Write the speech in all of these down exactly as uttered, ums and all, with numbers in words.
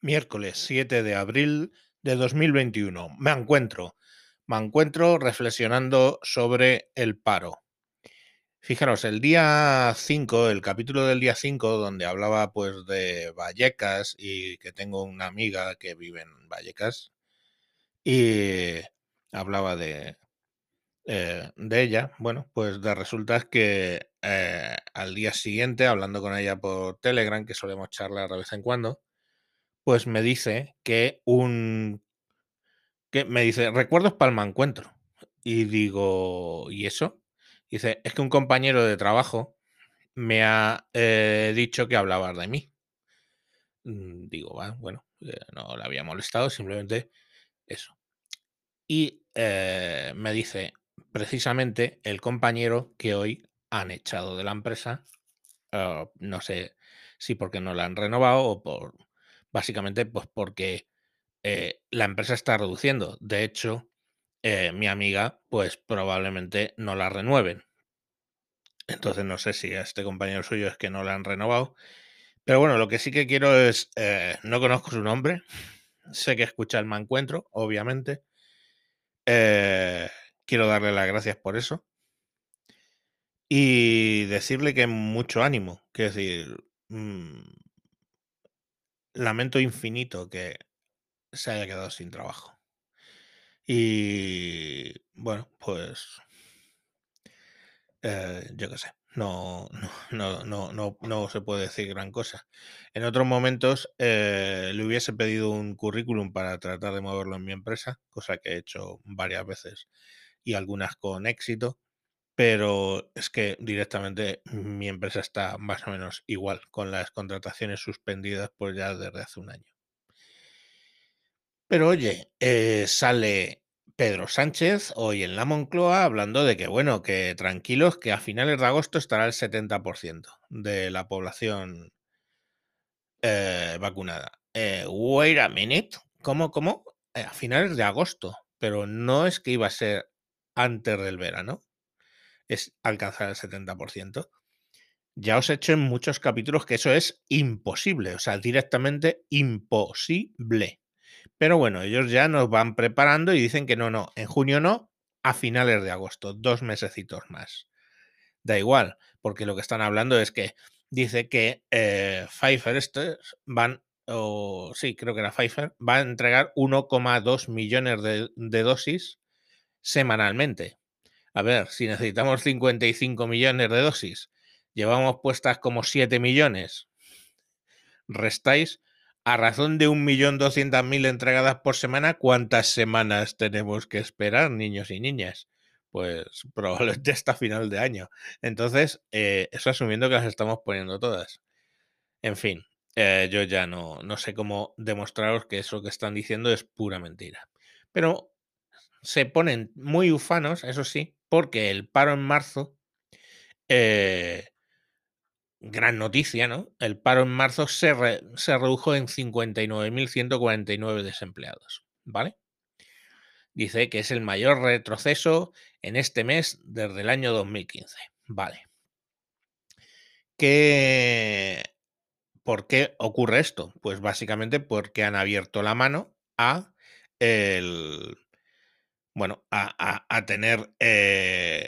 Miércoles siete de abril de dos mil veintiuno. Me encuentro, me encuentro reflexionando sobre el paro. Fijaros, el día cinco, el capítulo del día cinco, donde hablaba pues de Vallecas y que tengo una amiga que vive en Vallecas y hablaba de, eh, de ella, bueno, pues de resulta es que eh, al día siguiente, hablando con ella por Telegram, que solemos charlar de vez en cuando, pues me dice que un que me dice: "Recuerdos para el mancuentro". Y digo: "¿Y eso?". Dice: "Es que un compañero de trabajo me ha, eh, dicho que hablabas de mí". Mm, digo: "Va, bueno, eh, no le había molestado, simplemente eso". Y, eh, me dice: "Precisamente el compañero que hoy han echado de la empresa, ah, no sé si porque no la han renovado o por básicamente, pues porque, eh, la empresa está reduciendo. De hecho, eh, mi amiga, pues probablemente no la renueven. Entonces no sé si a este compañero suyo es que no la han renovado. Pero bueno, lo que sí que quiero es, eh, no conozco su nombre, sé que escucha el Mancuentro, obviamente. eh, quiero darle las gracias por eso y decirle que mucho ánimo, que es decir, mm, lamento infinito que se haya quedado sin trabajo. Y bueno, pues Eh, yo qué sé, no, no, no, no, no, no se puede decir gran cosa. En otros momentos eh, le hubiese pedido un currículum para tratar de moverlo en mi empresa, cosa que he hecho varias veces y algunas con éxito, pero es que directamente mi empresa está más o menos igual, con las contrataciones suspendidas pues ya desde hace un año. Pero oye, eh, sale Pedro Sánchez hoy en la Moncloa hablando de que, bueno, que tranquilos, que a finales de agosto estará el setenta por ciento de la población eh, vacunada. Eh, wait a minute, ¿cómo, cómo? Eh, a finales de agosto, pero no es que iba a ser antes del verano, es alcanzar el setenta por ciento. Ya os he hecho en muchos capítulos que eso es imposible, o sea, directamente imposible. Pero bueno, ellos ya nos van preparando y dicen que no, no, en junio no, a finales de agosto, dos mesecitos más. Da igual, porque lo que están hablando es que dice que eh, Pfizer estos van, o sí, creo que era Pfizer, va a entregar uno coma dos millones de, de dosis semanalmente. A ver, si necesitamos cincuenta y cinco millones de dosis, llevamos puestas como siete millones, restáis a razón de un millón doscientas mil entregadas por semana, ¿cuántas semanas tenemos que esperar, niños y niñas? Pues probablemente hasta final de año. Entonces, eh, eso asumiendo que las estamos poniendo todas. En fin, eh, yo ya no, no sé cómo demostraros que eso que están diciendo es pura mentira. Pero se ponen muy ufanos, eso sí, porque el paro en marzo eh, gran noticia, ¿no? El paro en marzo se, re- se redujo en cincuenta y nueve mil ciento cuarenta y nueve desempleados, ¿vale? Dice que es el mayor retroceso en este mes desde el año dos mil quince, ¿vale? ¿Qué, ¿Por qué ocurre esto? Pues básicamente porque han abierto la mano a el, bueno, a, a- a tener eh,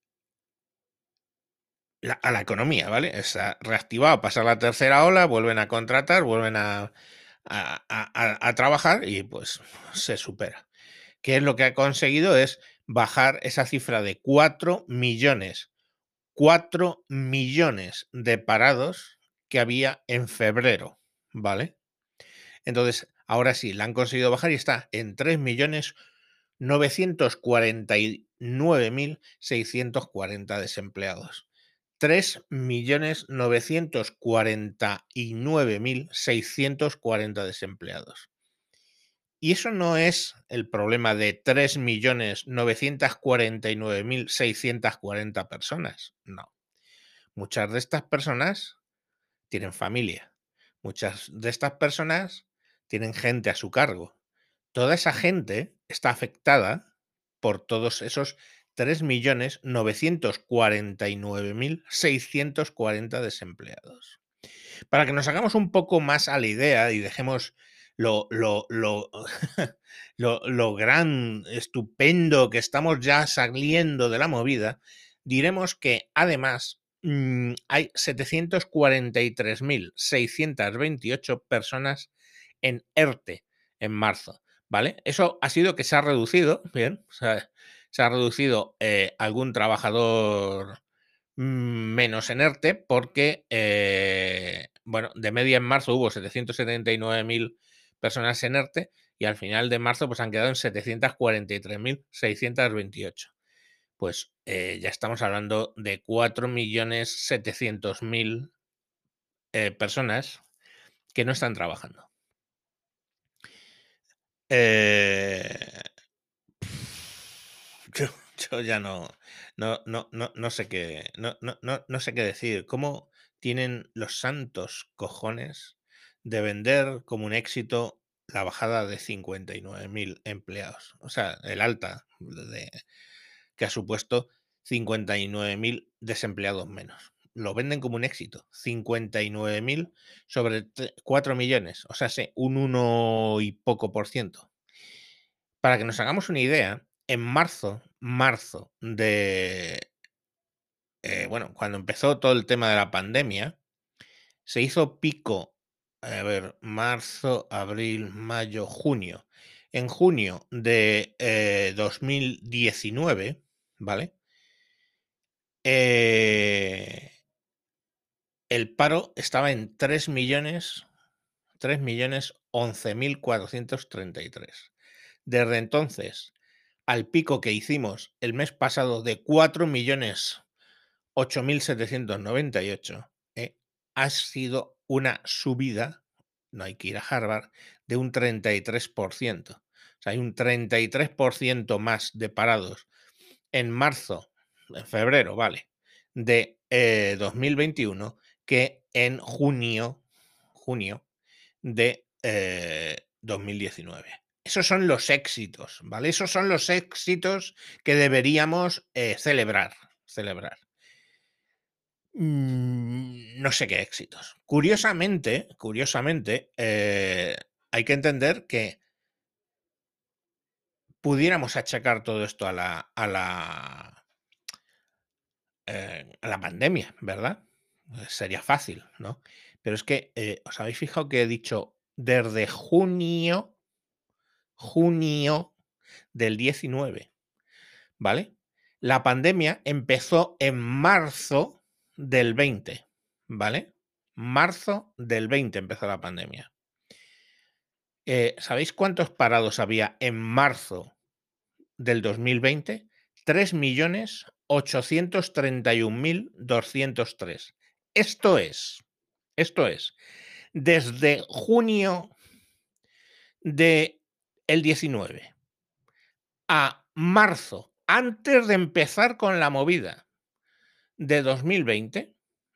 la- a la economía, ¿vale? Está reactivado, pasa la tercera ola, vuelven a contratar, vuelven a, a, a- a- a trabajar y pues se supera. ¿Qué es lo que ha conseguido? Es bajar esa cifra de cuatro millones, cuatro millones de parados que había en febrero, ¿vale? Entonces, ahora sí, la han conseguido bajar y está en tres millones novecientos cuarenta y nueve mil seiscientos cuarenta desempleados. tres millones novecientos cuarenta y nueve mil seiscientos cuarenta desempleados. Y eso no es el problema de tres millones novecientos cuarenta y nueve mil seiscientos cuarenta personas. No. Muchas de estas personas tienen familia. Muchas de estas personas tienen gente a su cargo. Toda esa gente está afectada por todos esos tres millones novecientos cuarenta y nueve mil seiscientos cuarenta desempleados. Para que nos hagamos un poco más a la idea y dejemos lo, lo, lo, lo, lo gran, estupendo que estamos ya saliendo de la movida, diremos que además mmm, hay setecientas cuarenta y tres mil seiscientas veintiocho personas en ERTE en marzo, ¿vale? Eso ha sido que se ha reducido, bien, o sea, se ha reducido eh, algún trabajador menos en ERTE porque, eh, bueno, de media en marzo hubo setecientas setenta y nueve mil personas en ERTE y al final de marzo pues han quedado en setecientas cuarenta y tres mil seiscientas veintiocho. Pues eh, ya estamos hablando de cuatro millones setecientos mil eh, personas que no están trabajando. Eh, yo, yo ya no, no, no, no, no sé qué, no, no, no, no sé qué decir. ¿Cómo tienen los santos cojones de vender como un éxito la bajada de cincuenta y nueve mil empleados? O sea, el alta de, que ha supuesto cincuenta y nueve mil desempleados menos. Lo venden como un éxito. cincuenta y nueve mil sobre cuatro millones. O sea, sí, un uno y poco por ciento. Para que nos hagamos una idea, en marzo, marzo de, eh, bueno, cuando empezó todo el tema de la pandemia, se hizo pico, a ver, marzo, abril, mayo, junio. En junio de eh, dos mil diecinueve, ¿vale? Eh, el paro estaba en tres millones, tres millones once mil cuatrocientos treinta y tres. Desde entonces al pico que hicimos el mes pasado de cuatro millones ocho mil setecientos noventa y ocho, eh, ha sido una subida, no hay que ir a Harvard, de un treinta y tres por ciento. O sea, hay un treinta y tres por ciento más de parados en marzo, en febrero, vale, de eh, dos mil veintiuno que en junio, junio de eh, dos mil diecinueve. Esos son los éxitos, ¿vale? Esos son los éxitos que deberíamos eh, celebrar, celebrar. Mm, no sé qué éxitos. Curiosamente, curiosamente, eh, hay que entender que pudiéramos achacar todo esto a la, a la, eh, a la pandemia, ¿verdad? Eh, sería fácil, ¿no? Pero es que, eh, ¿os habéis fijado que he dicho desde junio, junio del diecinueve, ¿vale? La pandemia empezó en marzo del veinte, ¿vale? Marzo del veinte empezó la pandemia. Eh, ¿Sabéis cuántos parados había en marzo del dos mil veinte? tres millones ochocientos treinta y un mil doscientos tres. Esto es, esto es, desde junio del diecinueve a marzo, antes de empezar con la movida de dos mil veinte,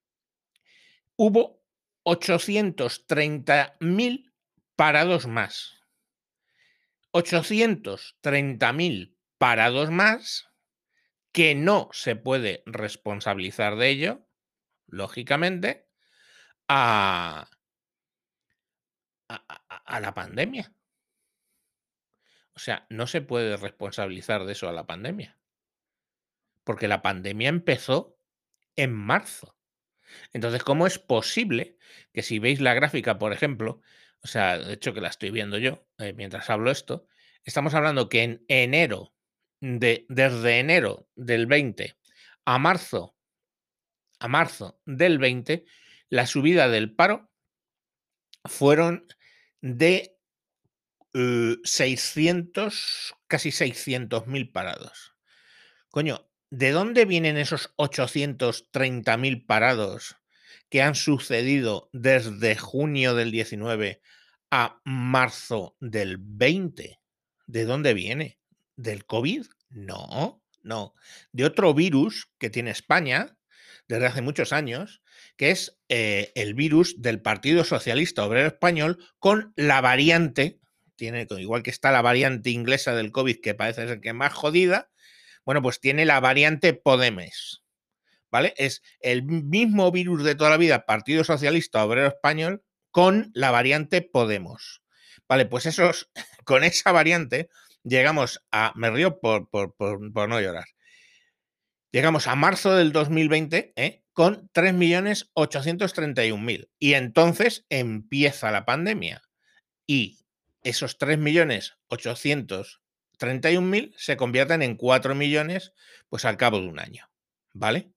hubo ochocientos treinta mil parados más. ochocientos treinta mil parados más que no se puede responsabilizar de ello, lógicamente, a, a, a la pandemia. O sea, no se puede responsabilizar de eso a la pandemia. Porque la pandemia empezó en marzo. Entonces, ¿cómo es posible que si veis la gráfica, por ejemplo, o sea, de hecho que la estoy viendo yo eh, mientras hablo esto, estamos hablando que en enero, de, desde enero del veinte a marzo, a marzo del veinte, la subida del paro fueron de eh, seiscientos, casi seiscientos mil parados. Coño, ¿de dónde vienen esos ochocientos treinta mil parados que han sucedido desde junio del diecinueve a marzo del veinte? ¿De dónde viene? ¿Del COVID? No, no. De otro virus que tiene España desde hace muchos años, que es eh, el virus del Partido Socialista Obrero Español con la variante, tiene, igual que está la variante inglesa del COVID, que parece ser que es más jodida. Bueno, pues tiene la variante Podemos, ¿vale? Es el mismo virus de toda la vida, Partido Socialista Obrero Español, con la variante Podemos. Vale, pues esos, con esa variante llegamos a, me río por, por, por, por no llorar, llegamos a marzo del dos mil veinte ¿eh? Con tres millones ochocientos treinta y un mil. Y entonces empieza la pandemia. Y esos tres millones ochocientos treinta y un mil se convierten en cuatro millones pues al cabo de un año. ¿Vale?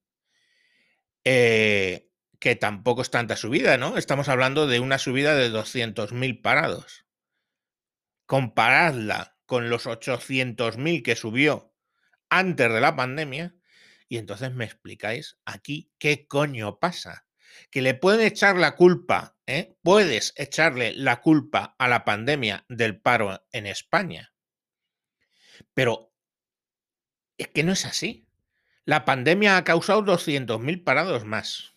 Eh, que tampoco es tanta subida, ¿no? Estamos hablando de una subida de doscientos mil parados. Comparadla con los ochocientos mil que subió antes de la pandemia, y entonces me explicáis aquí qué coño pasa. Que le pueden echar la culpa, ¿eh? Puedes echarle la culpa a la pandemia del paro en España, pero es que no es así. La pandemia ha causado doscientos mil parados más.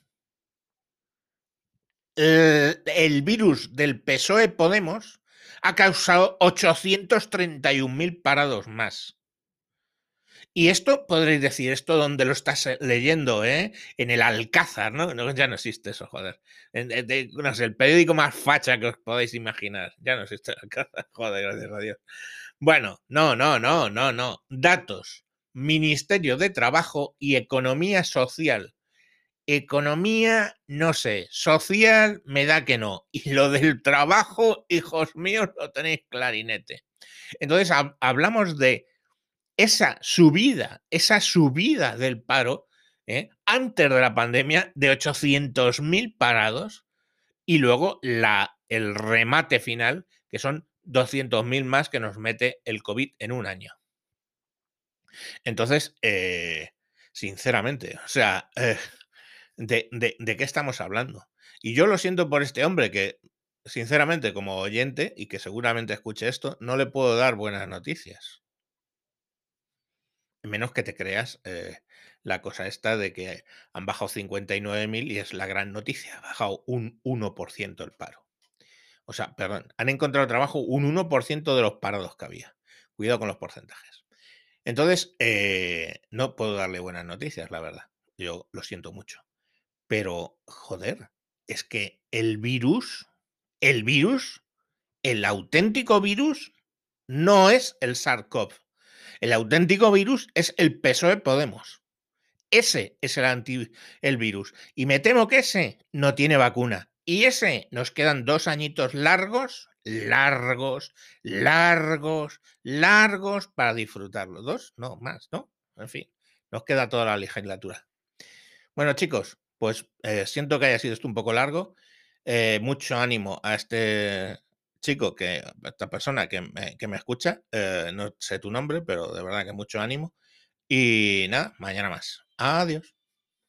El, el virus del P S O E Podemos ha causado ochocientos treinta y un mil parados más. Y esto podréis decir, esto donde lo estás leyendo, ¿eh? En el Alcázar, ¿no? no ya no existe eso, joder. En, en, de, no sé, el periódico más facha que os podéis imaginar. Ya no existe el Alcázar, joder, gracias a Dios. Bueno, no, no, no, no, no. Datos. Ministerio de Trabajo y Economía Social. Economía, no sé. Social, me da que no. Y lo del trabajo, hijos míos, lo tenéis clarinete. Entonces, hab hablamos de esa subida, esa subida del paro, ¿eh? Antes de la pandemia, de ochocientos mil parados, y luego la, el remate final, que son doscientos mil más que nos mete el COVID en un año. Entonces, eh, sinceramente, o sea, eh, de, de, ¿de qué estamos hablando? Y yo lo siento por este hombre que, sinceramente, como oyente, y que seguramente escuche esto, no le puedo dar buenas noticias. Menos que te creas eh, la cosa esta de que han bajado cincuenta y nueve mil y es la gran noticia, ha bajado un uno por ciento el paro. O sea, perdón, han encontrado trabajo un uno por ciento de los parados que había. Cuidado con los porcentajes. Entonces, eh, no puedo darle buenas noticias, la verdad. Yo lo siento mucho. Pero, joder, es que el virus, el virus, el auténtico virus, no es el SARS-CoV. El auténtico virus es el P S O E Podemos. Ese es el anti el virus. Y me temo que ese no tiene vacuna. Y ese nos quedan dos añitos largos, largos, largos, largos para disfrutarlo. Dos, no, más, ¿no? En fin, nos queda toda la legislatura. Bueno, chicos, pues eh, siento que haya sido esto un poco largo. Eh, mucho ánimo a este chico, que a esta persona que me, que me escucha. Eh, no sé tu nombre, pero de verdad que mucho ánimo. Y nada, mañana más. Adiós.